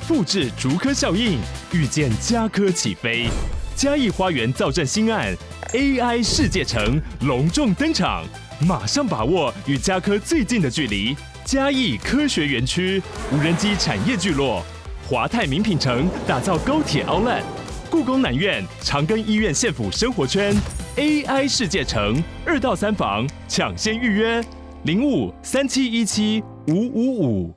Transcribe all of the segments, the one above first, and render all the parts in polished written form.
复制竹科效应，预见家科起飞。嘉义花园造镇新案 AI 世界城隆重登场，马上把握与家科最近的距离。嘉义科学园区、无人机产业聚落、华泰名品城打造高铁 Outlet， 故宫南院、长庚医院县府生活圈 AI 世界城2到3房抢先预约0537175555。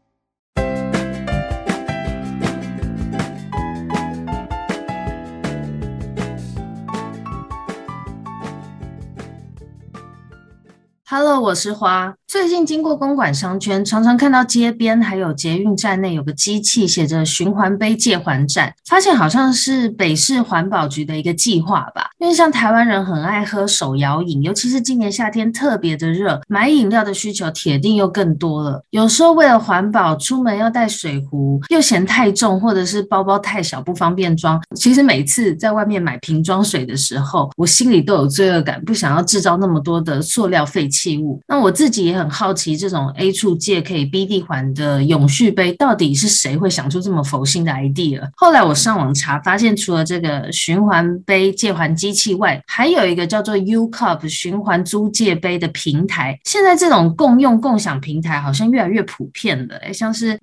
Hello， 我是花。最近经过公馆商圈，常常看到街边还有捷运站内有个机器写着循环杯借还站，发现好像是北市环保局的一个计划吧。因为像台湾人很爱喝手摇饮，尤其是今年夏天特别的热，买饮料的需求铁定又更多了。有时候为了环保，出门要带水壶，又嫌太重，或者是包包太小不方便装。其实每次在外面买瓶装水的时候，我心里都有罪恶感，不想要制造那么多的塑料废弃物。那我自己也很好奇，这种 A 处借可以 B 地还的永续杯，到底是谁会想出这么佛心的 idea？ 后来我上网查，发现除了这个循环杯借还机器外，还有一个叫做 U-Cup 循环租借杯的平台。现在这种共用共享平台好像越来越普遍了，像是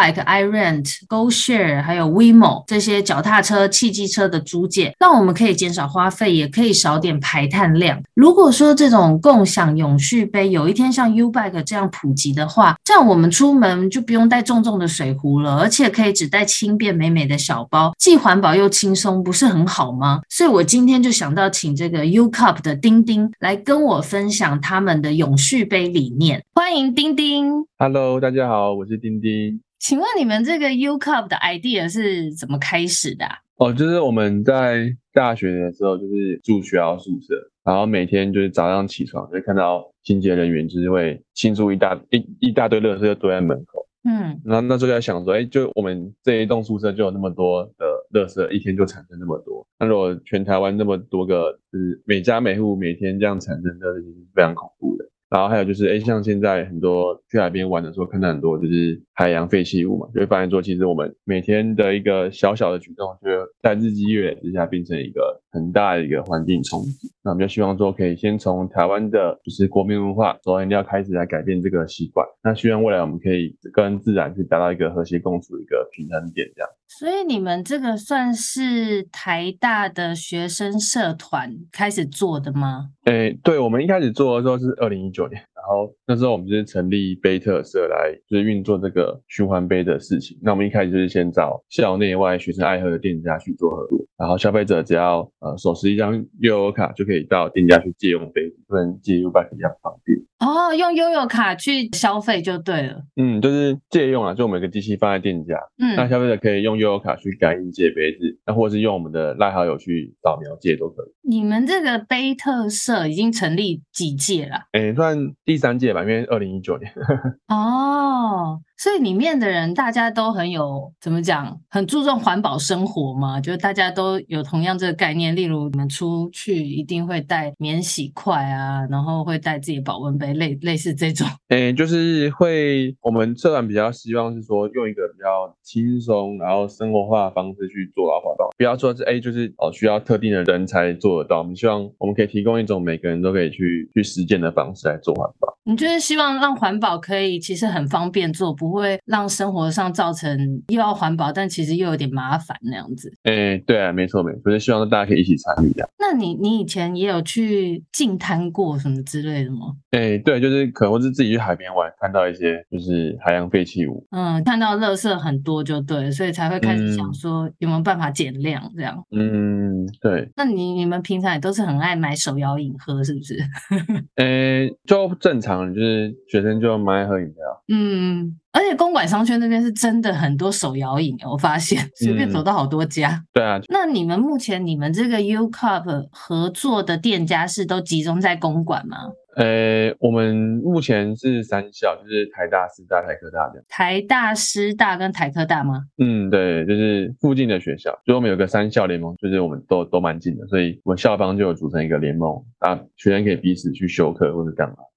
U-Bike、iRent、GoShare 还有 WeMo 这些脚踏车、汽机车的租借，让我们可以减少花费，也可以少点排碳量。如果说这种共享永续杯有一天像 U-Bike 这样普及的话，这样我们出门就不用带重重的水壶了，而且可以只带轻便美美的小包，既环保又轻松，不是很好吗？所以我今天就想到请这个 U-Cup 的丁丁来跟我分享他们的永续杯理念。欢迎丁丁。 Hello， 大家好，我是丁丁。 请问你们这个 U-Cup 的 idea 是怎么开始的啊？ 就是我们在大学的时候就是住学校宿舍，然后每天就是早上起床就看到清洁人员就是会清出一大堆垃圾就堆在门口。然后那时候在想说，就我们这一栋宿舍就有那么多的垃圾，一天就产生那么多。那如果全台湾那么多个，就是每家每户每天这样产生垃圾，是非常恐怖的。然后还有就是，像现在很多去海边玩的时候，看到很多就是海洋废弃物嘛，就会发现说，其实我们每天的一个小小的举动，就在日积月累之下，变成一个很大的一个环境冲击。那我们就希望说，可以先从台湾的就是国民文化手摇饮料开始来改变这个习惯。那希望未来我们可以跟自然去达到一个和谐共处的一个平衡点，这样。 所以你们这个算是台大的学生社团开始做的吗？ 对，我们一开始做的时候是2019年，然后那时候我们就是成立杯特社来就是运作这个循环杯的事情。那我们一开始就是先找校内外学生爱喝的店家去做合作，然后消费者只要手持一张悠游卡就可以到店家去借用杯子，跟借 U-Bike 一样方便。 用悠游卡去消费就对了。 就是借用就我们有个机器放在店家，那消费者可以用悠游卡去感应借杯子，那或者是用我们的赖好友去扫描借都可以。 你们这个杯特社已经成立几届了？ 算第3届吧，因为2019年。 所以里面的人大家都很有怎么讲，很注重环保生活嘛，就是大家都有同样这个概念。例如你们出去一定会带免洗筷啊，然后会带自己的保温杯，类似这种。 就是会，我们社团比较希望是说用一个比较轻松然后生活化的方式去做到环保，不要说是就是需要特定的人才做得到。我们希望我们可以提供一种每个人都可以去实践的方式来做环保。 你就是希望让环保可以其实很方便做，不会让生活上造成又要环保但其实又有点麻烦那样子。 对啊，没错，就是希望大家可以一起参与的。 那你以前也有去净滩过什么之类的吗？ 对，就是可能我是自己去海边玩，看到一些就是海洋废弃物， 看到垃圾很多就对了，所以才会开始想说有没有办法减量这样。 对。 那你们平常也都是很爱买手摇饮喝是不是？ 就正常，就是学生就蛮爱喝饮料。 而且公馆商圈那边是真的很多手摇饮，我发现随便走到好多家。 对啊。 那你们目前你们这个 U-Cup 合作的店家是都集中在公馆吗？ 我们目前是3校，就是台大、师大、台科大这样。 台大、师大跟台科大吗？ 对，就是附近的学校，所以我们有个3校联盟，就是我们都蛮近的，所以我们校方就有组成一个联盟，学生可以彼此去修课或者干嘛。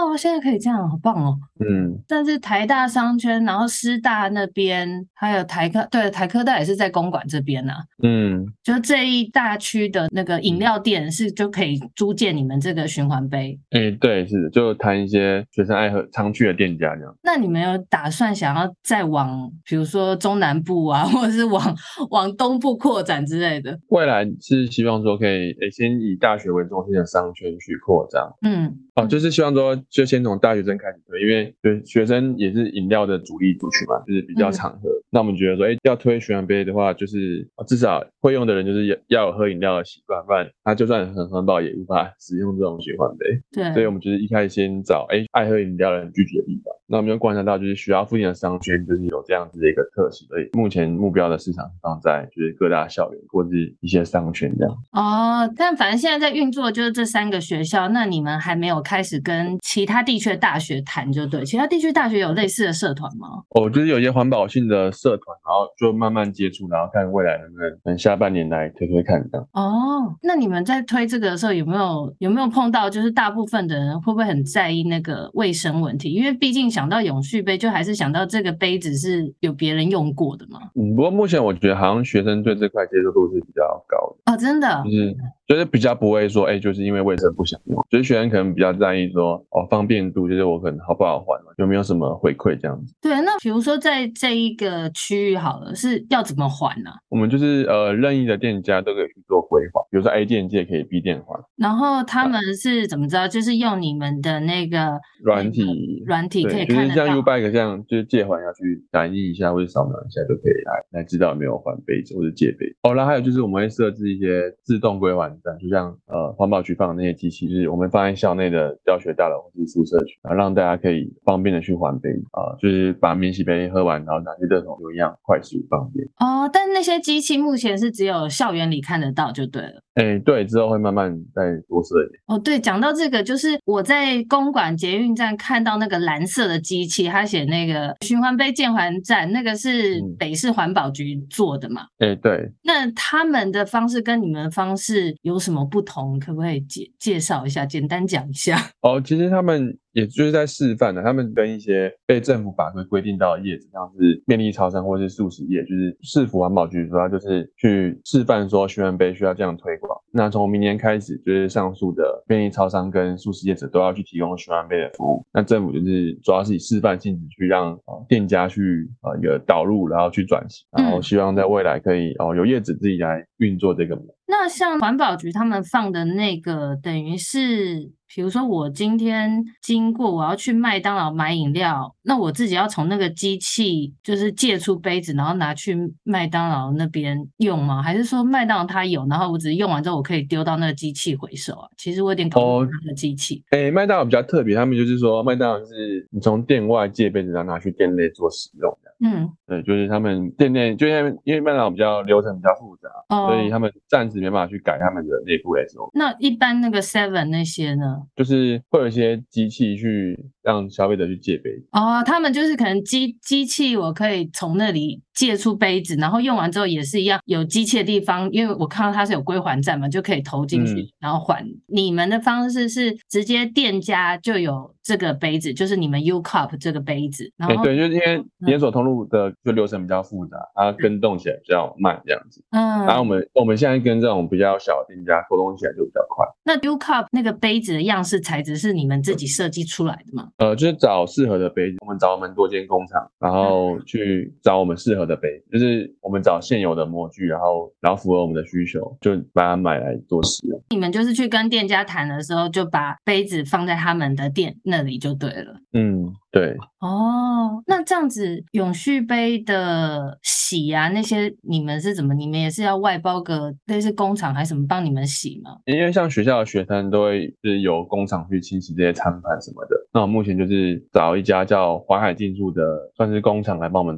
哦，现在可以这样，好棒哦。但是台大商圈，然后师大那边，还有台科大也是在公馆这边啊。就这一大区的那个饮料店是就可以租借你们这个循环杯。 对，是的，就谈一些学生爱喝常去的店家这样。 那你们有打算想要再往比如说中南部啊，或者是往东部扩展之类的？ 未来是希望说可以先以大学为中心的商圈去扩张。就是希望说就先从大学生开始推，因为学生也是饮料的主力族群嘛，就是比较常喝。那我们觉得说要推循环杯的话，就是至少会用的人就是要有喝饮料的习惯，不然他就算很环保也无法使用这种循环杯。 对， 所以我们就是一开始先找爱喝饮料的人聚集的地方。那我们就观察到就是学校附近的商圈就是有这样子的一个特性，所以目前目标的市场放在就是各大校园或是一些商圈这样。 但反正现在在运作就是这3个学校，那你们还没有开始跟其他地区的大学谈就对。其他地区大学有类似的社团吗？ 就是有一些环保性的社团，然后就慢慢接触，然后看未来能不能下半年来推看这样。 那你们在推这个的时候有没有碰到就是大部分的人会不会很在意那个卫生问题？因为毕竟想到永续杯就还是想到这个杯子是有别人用过的嘛。 不过目前我觉得好像学生对这块接受度是比较高的。 真的？ 就是比较不会说就是因为卫生不想用，就是学生可能比较在意说方便度，就是我可能好不好还，有没有什么回馈这样子。 对，那比如说在这一个区域好了，是要怎么还呢？ 我们就是任意的店家都可以去做归还，比如说 A 店借可以 B 店还。 然后他们是怎么知道？就是用你们的那个软体可以看得到， 就是像 U-Bike 这样，就是借还要去感应一下或者扫描一下就可以来知道有没有还杯子或者借杯。然后还有就是我们会设置一些自动归还站，就像环保局放的那些机器，就是我们放在校内的教学大楼或是宿舍区，让大家可以方便的去还杯就是把免洗杯喝完然后拿去热桶有一样快速方便。 但那些机器目前是只有校园里看得到就对了。 对，之后会慢慢再多设一点。 对，讲到这个，就是我在公馆捷运站看到那个蓝色的机器，它写那个循环杯建环站，那个是北市环保局做的嘛？ 对。 那他们的方式跟你们的方式有什么不同？可不可以介绍一下，简单讲一下？ 其实他们也就是在示范他们跟一些被政府法规规定到的业者，像是便利超商或是素食业，就是市府环保局主要就是去示范说循环杯需要这样推广。那从明年开始，就是上述的便利超商跟素食业者都要去提供循环杯的服务。那政府就是主要是以示范性质去让店家去一个导入，然后去转型，然后希望在未来可以有业者自己来运作这个模式。 那像环保局他们放的那个，等于是比如说我今天经过，我要去麦当劳买饮料，那我自己要从那个机器就是借出杯子，然后拿去麦当劳那边用吗？还是说麦当劳它有，然后我只是用完之后我可以丢到那个机器回收啊？其实我有点搞不懂那个机器。 麦当劳比较特别，他们就是说麦当劳就是你从店外借杯子，然后拿去店内做使用的。对，就是他们店内就因为麦当劳比较流程比较复杂，所以他们暂时没办法去改他们的内部 SOP。 那一般那个 Seven 那些呢？ 就是会有一些机器去让消费者去借杯子。 他们就是可能机器我可以从那里借出杯子，然后用完之后也是一样有机器的地方，因为我看到它是有归还站嘛，就可以投进去然后还。你们的方式是直接店家就有这个杯子，就是你们 U-Cup 这个杯子，然后对，就是因为连锁通路的就流程比较复杂，它跟动起来比较慢这样子。然后我们现在跟这种比较小的店家沟通起来就比较快。 那 U-Cup 那个杯子的样式材质是你们自己设计出来的吗？ 就是找适合的杯子，我们找蛮多间工厂，然后去找我们适合的杯子，就是我们找现有的模具，然后符合我们的需求，就把它买来做使用。 你们就是去跟店家谈的时候，就把杯子放在他们的店那里就对了。 对。 那这样子永续杯的洗啊那些你们是怎么？你们也是要外包个类似工厂还是什么帮你们洗吗？ 因为像学校的学生都会就是由工厂去清洗这些餐盘什么的，那我目前就是找一家叫淮海竞速的算是工厂来帮我们做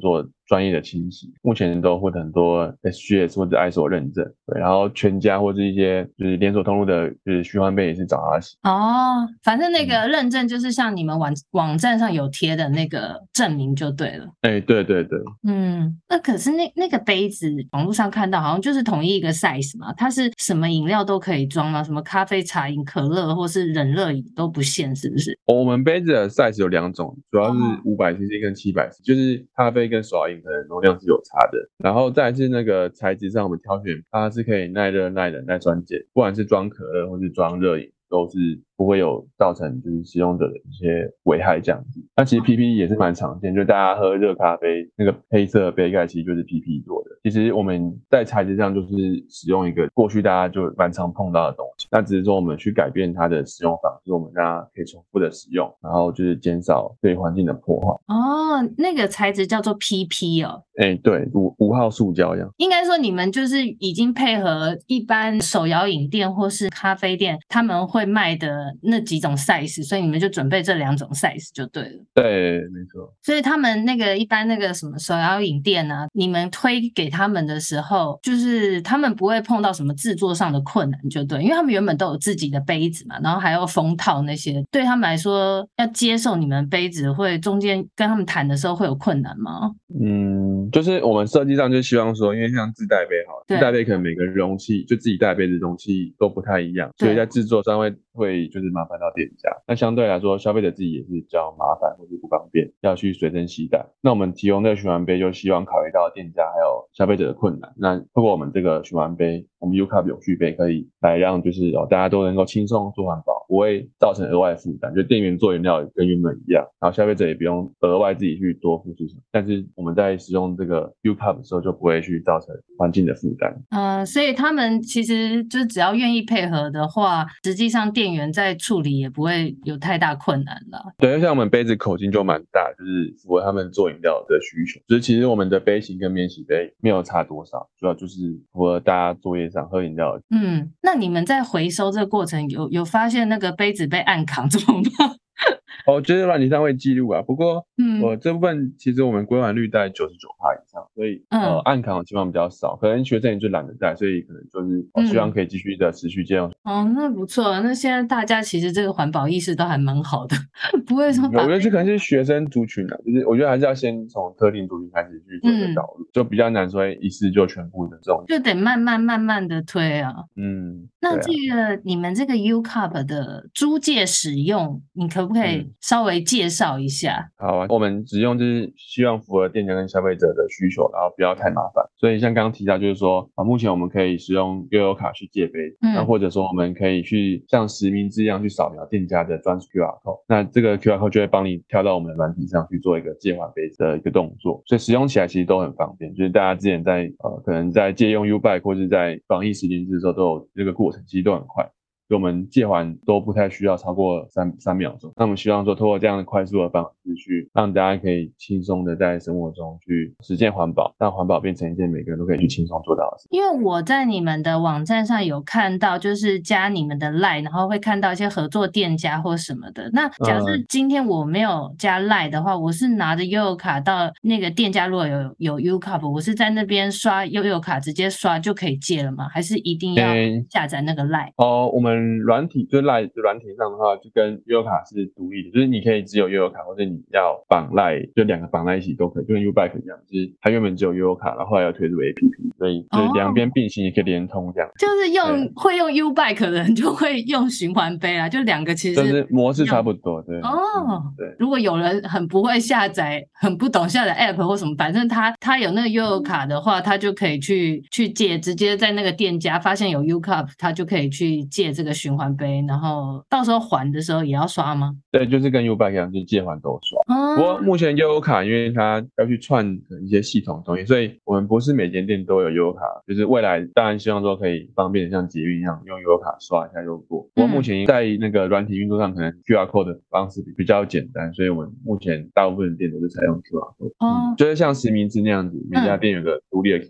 专业的清洗，目前都获得很多 SGS 或者 ISO 认证，对，然后全家或者一些就是连锁通路的就是循环杯也是找他洗。 反正那个认证就是像你们网站上有贴的那个证明就对了。 对对对。 那可是那个杯子网络上看到好像就是统一一个 size 嘛，它是什么饮料都可以装吗？什么咖啡、茶饮、可乐或是冷热饮都不限是不是？ 我们杯子的 size 有2种，主要是500cc 跟700cc，就是咖啡跟手摇饮可能容量是有差的。然后再来是那个材质上，我们挑选它是可以耐热、耐冷、耐酸碱，不管是装可乐或是装热饮，都是不会有造成就是使用者的一些危害这样子。那其实 PP 也是蛮常见，就大家喝热咖啡那个黑色的杯盖其实就是 PP 做的。其实我们在材质上就是使用一个过去大家就蛮常碰到的东西，那只是说我们去改变它的使用方式，我们让它可以重复的使用，然后就是减少对环境的破坏。 那个材质叫做 PP 哦。 对，5号塑胶一样。 应该说你们就是已经配合一般手摇饮店或是咖啡店他们会卖的那几种 size， 所以你们就准备这2种 size 就对了。 对，没错。 所以他们那个一般那个什么手摇饮店啊，你们推给他们的时候，就是他们不会碰到什么制作上的困难就对，因为他们原本都有自己的杯子嘛，然后还要封套那些，对他们来说要接受你们杯子会中间跟他们谈的时候会有困难吗？ 就是我们设计上就希望说，因为像自带杯好了，自带杯可能每个容器就自己带杯子容器都不太一样，所以在制作上会就是麻烦到店家。那相对来说，消费者自己也是比较麻烦或是不方便，要去随身携带。那我们提供这个循环杯，就希望考虑到店家还有消费者的困难。那透过我们这个循环杯，我们 UCup 永续杯可以来让就是大家都能够轻松做环保，不会造成额外负担。就店员做饮料跟原本一样，然后消费者也不用额外自己去多付出什么。但是我们在使用这个 UCup 的时候，就不会去造成环境的负担。 所以他们其实就只要愿意配合的话，实际上店员在处理也不会有太大困难了。 对，像我们杯子口径就蛮大，就是符合他们做饮料的需求。就是其实我们的杯型跟免洗杯没有差多少，主要就是符合大家作业上喝饮料的。 那你们在回收这个过程有发现那个杯子被暗扛怎么办？ 就是软体上会记录啊，不过我这部分其实我们归还率在99%以上，所以暗扛的情况比较少，可能学生也就懒得带，所以可能就是希望可以继续的持续这样。 那不错，那现在大家其实这个环保意识都还蛮好的，不会说我觉得这可能是学生族群啊，就是我觉得还是要先从特定族群开始去做一个导入，就比较难说一次就全部的这种， 就得慢慢的推啊。那这个你们这个 UCup 的租借使用，你可不可以稍微介绍一下？ 好啊，我们使用就是希望符合店家跟消费者的需求，然后不要太麻烦。所以像刚刚提到，就是说目前我们可以使用悠游卡去借杯，那或者说我们可以去像实名制一样去扫描店家的专属 QR code， 那这个 QR code 就会帮你跳到我们的软体上去做一个借还杯子的一个动作，所以使用起来其实都很方便。就是大家之前在可能在借用 U-Bike 或是在防疫实名制的时候都有这个过程，其实都很快。所以我们借还都不太需要超过3秒钟。那我们希望说，透过这样的快速的方式去让大家可以轻松的在生活中去实践环保，让环保变成一件每个人都可以去轻松做到的事。 因为我在你们的网站上有看到，就是加你们的 LINE， 然后会看到一些合作店家或什么的。那假设今天我没有加 LINE 的话，我是拿着悠游卡到那个店家，如果有 UCup， 我是在那边刷悠游卡直接刷就可以借了吗？还是一定要下载那个 LINE？ 我们软体就 LINE 软体上的话，就跟悠游卡是独立的，就是你可以只有悠游卡，或者你要绑 LINE，就2个绑在一起都可以，就跟 U-Bike 一样，就是它原本只有悠游卡，然后后来要推出 APP， 所以就是两边并行也可以连通这样。 就是会用 U-Bike 的人就会用循环杯啦，就2个其实就是模式差不多，对。 对。如果有人很不会下载，很不懂下载 App 或什么，反正他有那个悠游卡的话，他就可以去借，直接在那个店家发现有 UCup， 他就可以去借这个循环杯，然后到时候还的时候也要刷吗？ 对，就是跟 U-Bike 一样，就是借还都刷。不过目前悠游卡因为它要去串一些系统的东西，所以我们不是每间店都有悠游卡，就是未来当然希望说可以方便像捷运一样用悠游卡刷一下就过。不过目前在那个软体运作上，可能 QR code 的方式比较简单，所以我们目前大部分的店都是采用 QR code。就是像实名制那样子，每家店有个独立的 QR code。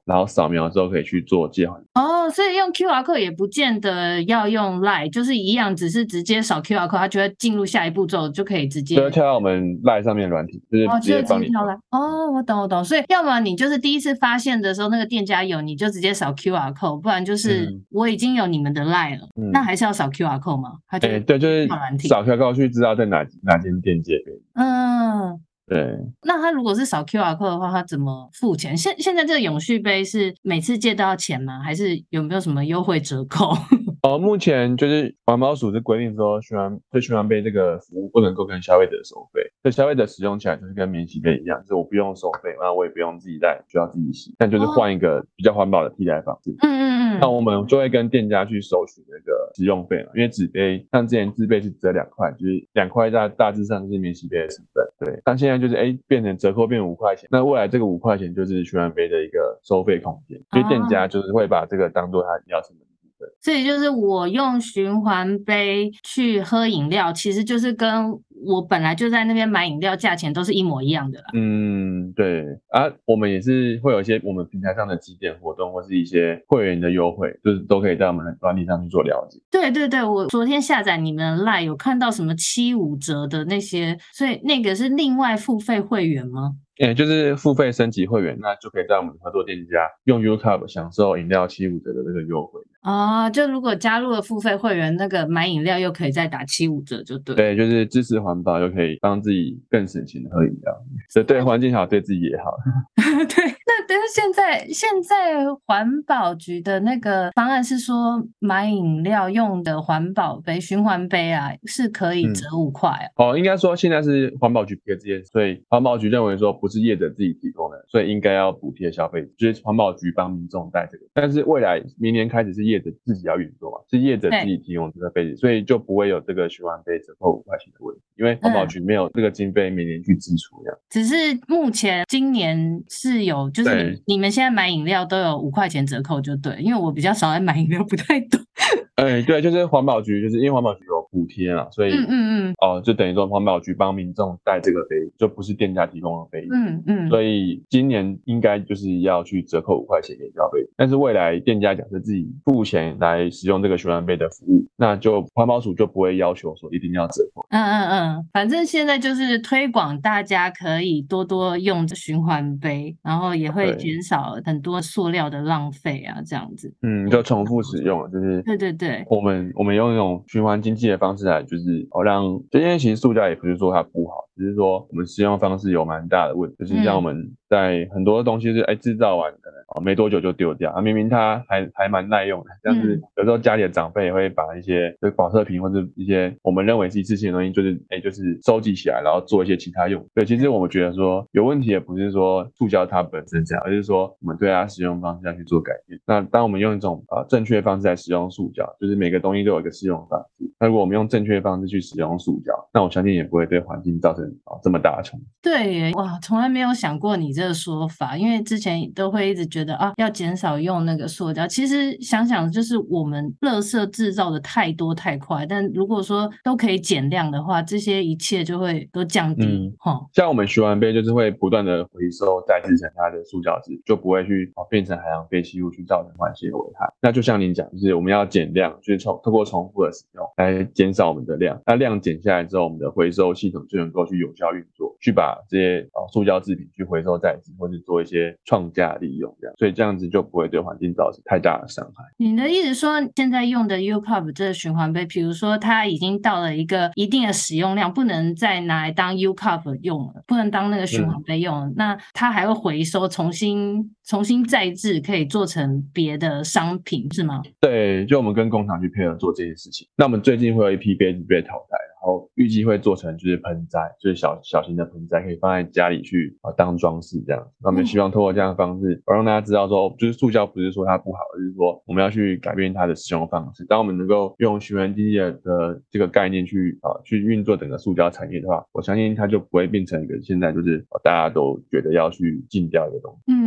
然后扫描之后可以去做借还。 所以用 QR code 也不见得要用 LINE， 就是一样，只是直接扫 QR code， 它就会进入下一步骤，就可以直接就跳到我们 LINE 上面的软体，就是直接帮你跳来。 我懂。所以要么你就是第一次发现的时候，那个店家有，你就直接扫 QR code， 不然就是我已经有你们的 LINE 了，那还是要扫 QR code 吗？ 对，就是扫 QR code 去知道在哪间店借可以。对， 那他如果是扫 QR code 的话，他怎么付钱？现在这个永续杯是每次借都要钱吗？还是有没有什么优惠折扣？ 目前就是环保署是规定说，循环杯这个服务不能够跟消费者收费，所以消费者使用起来就是跟免洗杯一样，就是我不用收费，那我也不用自己带，需要自己洗，但就是换一个比较环保的替代方式。那我们就会跟店家去收取那个使用费嘛，因为纸杯像之前纸杯是折2块，就是2块大致上就是免洗杯的成本。对，但现在就是变成折扣变5块钱，那未来这个5块钱就是循环杯的一个收费空间，因为店家就是会把这个当做他要成本。 所以就是我用循环杯去喝饮料，其实就是跟我本来就在那边买饮料价钱都是一模一样的啦。 对啊，我们也是会有一些我们平台上的集点活动，或是一些会员的优惠，就是都可以在我们的软体上去做了解。 对，我昨天下载你们的 LINE 有看到什么75折的那些，所以那个是另外付费会员吗？ 就是付费升级会员，那就可以在我们合作店家用 UCup 享受饮料75折的这个优惠。 就如果加入了付费会员，那个买饮料又可以再打75折就对。 对，就是支持环保，又可以帮自己更省钱的喝饮料，所以对环境好，对自己也好。 对，那但是现在环保局的那个方案是说，买饮料用的环保杯、循环杯啊，是可以折5块应该说现在是环保局补贴这件事，所以环保局认为说不是业者自己提供的，所以应该要补贴消费者，就是环保局帮民众带这个。但是未来明年开始是业者自己要运作嘛，是业者自己提供这个杯子，所以就不会有这个循环杯折扣5块钱的问题，因为环保局没有这个经费每年去支出这样。 只是目前今年是有，就是你们现在买饮料都有5块钱折扣就对，因为我比较少在买饮料，不太懂。 对，就是环保局，就是因为环保局有补贴啦，所以就等于说环保局帮民众带这个杯，就不是店家提供的杯。所以今年应该就是要去折扣5块钱给消费者，但是未来店家假设自己付钱来使用这个循环杯的服务，那就环保署就不会要求说一定要折扣。 反正现在就是推广大家可以多多用循环杯，然后也会减少很多塑料的浪费啊，这样子。 就重复使用，就是对， 我们用那种循环经济的方式来，就是让，就因为其实塑胶也不是说它不好，只是说我们使用方式有蛮大的问题，就是像我们在很多东西是制造完可能没多久就丢掉，明明它还蛮耐用的，像是有时候家里的长辈也会把一些保特瓶或者一些我们认为是一次性的东西，就是收集起来，然后做一些其他用。对，其实我们觉得说有问题也不是说塑胶它本身这样，而是说我们对它使用方式要去做改变。那当我们用一种正确的方式来使用塑胶，就是每个东西都有一个适用方式。那如果我们用正确的方式去使用塑胶，那我相信也不会对环境造成这么大的冲击。 对耶，哇，从来没有想过你这个说法，因为之前都会一直觉得要减少用那个塑胶。其实想想就是我们垃圾制造的太多太快，但如果说都可以减量的话，这些一切就会都降低。 像我们循环杯就是会不断的回收再制成它的塑胶质，就不会去变成海洋废弃物去造成环境的危害。那就像您讲，就是我们要减量，就是透过重复的使用来减少我们的量。那量减下来之后，我们的回收系统就能够去有效运作，去把这些塑胶制品去回收再制，或是做一些创价利用这样，所以这样子就不会对环境造成太大的伤害。 你的意思说，现在用的 UCup 这个循环杯，比如说它已经到了一个一定的使用量，不能再拿来当 UCup 用了，不能当那个循环杯用了，那它还会回收，重新再制，可以做成别的商品，是吗？ 对，就我们跟工厂去配合做这件事情。那我们最近会有一批杯子被淘汰，然后预计会做成就是盆栽，就是小型的盆栽，可以放在家里去当装饰这样。那我们希望透过这样的方式，让大家知道说，就是塑胶不是说它不好，而是说我们要去改变它的使用方式。当我们能够用循环经济的这个概念去运作整个塑胶产业的话，我相信它就不会变成一个现在就是大家都觉得要去禁掉一个东西。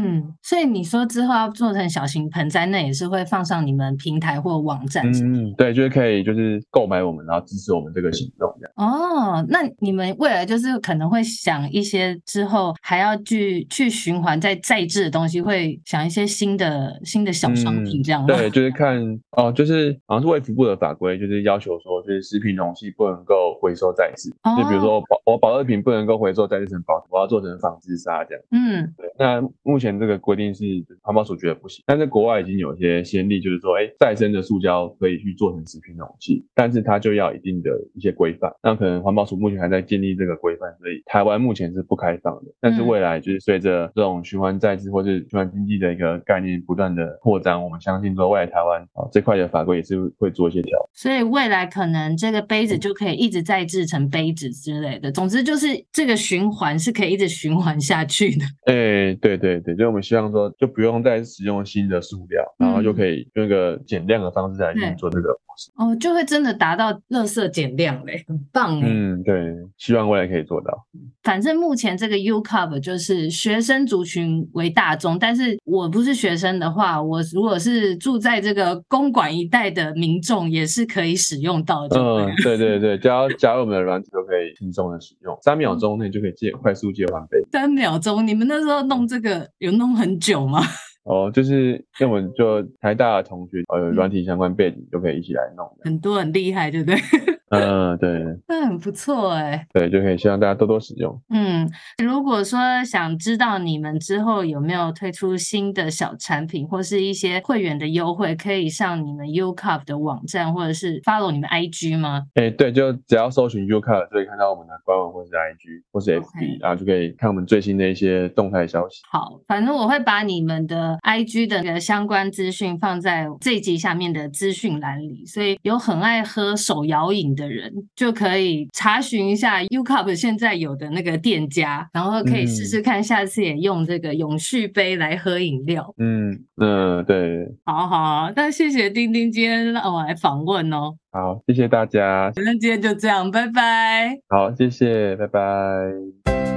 所以你说之后要做成小型盆栽，那也是会放上你们平台或网站？ 对，就是可以就是购买我们，然后支持我们这个行动这样。 哦，那你们未来就是可能会想一些之后还要去循环再制的东西，会想一些新的小商品这样吗？ 对，就是看就是好像是卫福部的法规，就是要求说，就是食品容器不能够回收再制，就比如说我保乐瓶不能够回收再制成保我要做成纺织纱这样。对。那目前这个规定是环保署觉得不行，但是国外已经有一些先例，就是说，再生的塑胶可以去做成食品容器，但是它就要一定的一些规范。那可能环保署目前还在建立这个规范，所以台湾目前是不开放的。但是未来就是随着这种循环再制或是循环经济的一个概念不断的扩张，我们相信说未来台湾这块的法规也是会做一些调整。 所以未来可能这个杯子就可以一直再制成杯子之类的。总之就是这个循环是可以一直循环下去的。 对，就我们希望说就不用再使用新的塑料，然后就可以用一个减量的方式来运作这个模式。 就会真的达到垃圾减量嘞，很棒对，希望未来可以做到。 反正目前这个 U-Cup 就是学生族群为大众，但是我不是学生的话，我如果是住在这个公馆一带的民众也是可以使用到的。 对，只要加入我们的软体都可以轻松的使用，3秒钟内就可以快速借还杯。 3秒钟？你们那时候弄这个有弄很久吗？ 就是因为我们就台大的同学有软体相关背景，就可以一起来弄， 很多很厉害，对不对？ 对， 那很不错对，就可以希望大家多多使用。 如果说想知道你们之后有没有推出新的小产品或是一些会员的优惠，可以上你们 U-Cup 的网站或者是 follow 你们 IG 吗？ 对，就只要搜寻 U-Cup 就可以看到我们的官网或是 IG 或是 FB，然后就可以看我们最新的一些动态消息。 好，反正我会把你们的 IG 的那个相关资讯放在这一集下面的资讯栏里，所以有很爱喝手摇饮的人就可以查询一下 U-Cup 现在有的那个店家，然后可以试试看下次也用这个永续杯来喝饮料。 对。 好，那谢谢丁丁今天让我来访问哦。 好，谢谢大家。 那今天就这样，拜拜。 好，谢谢，拜拜。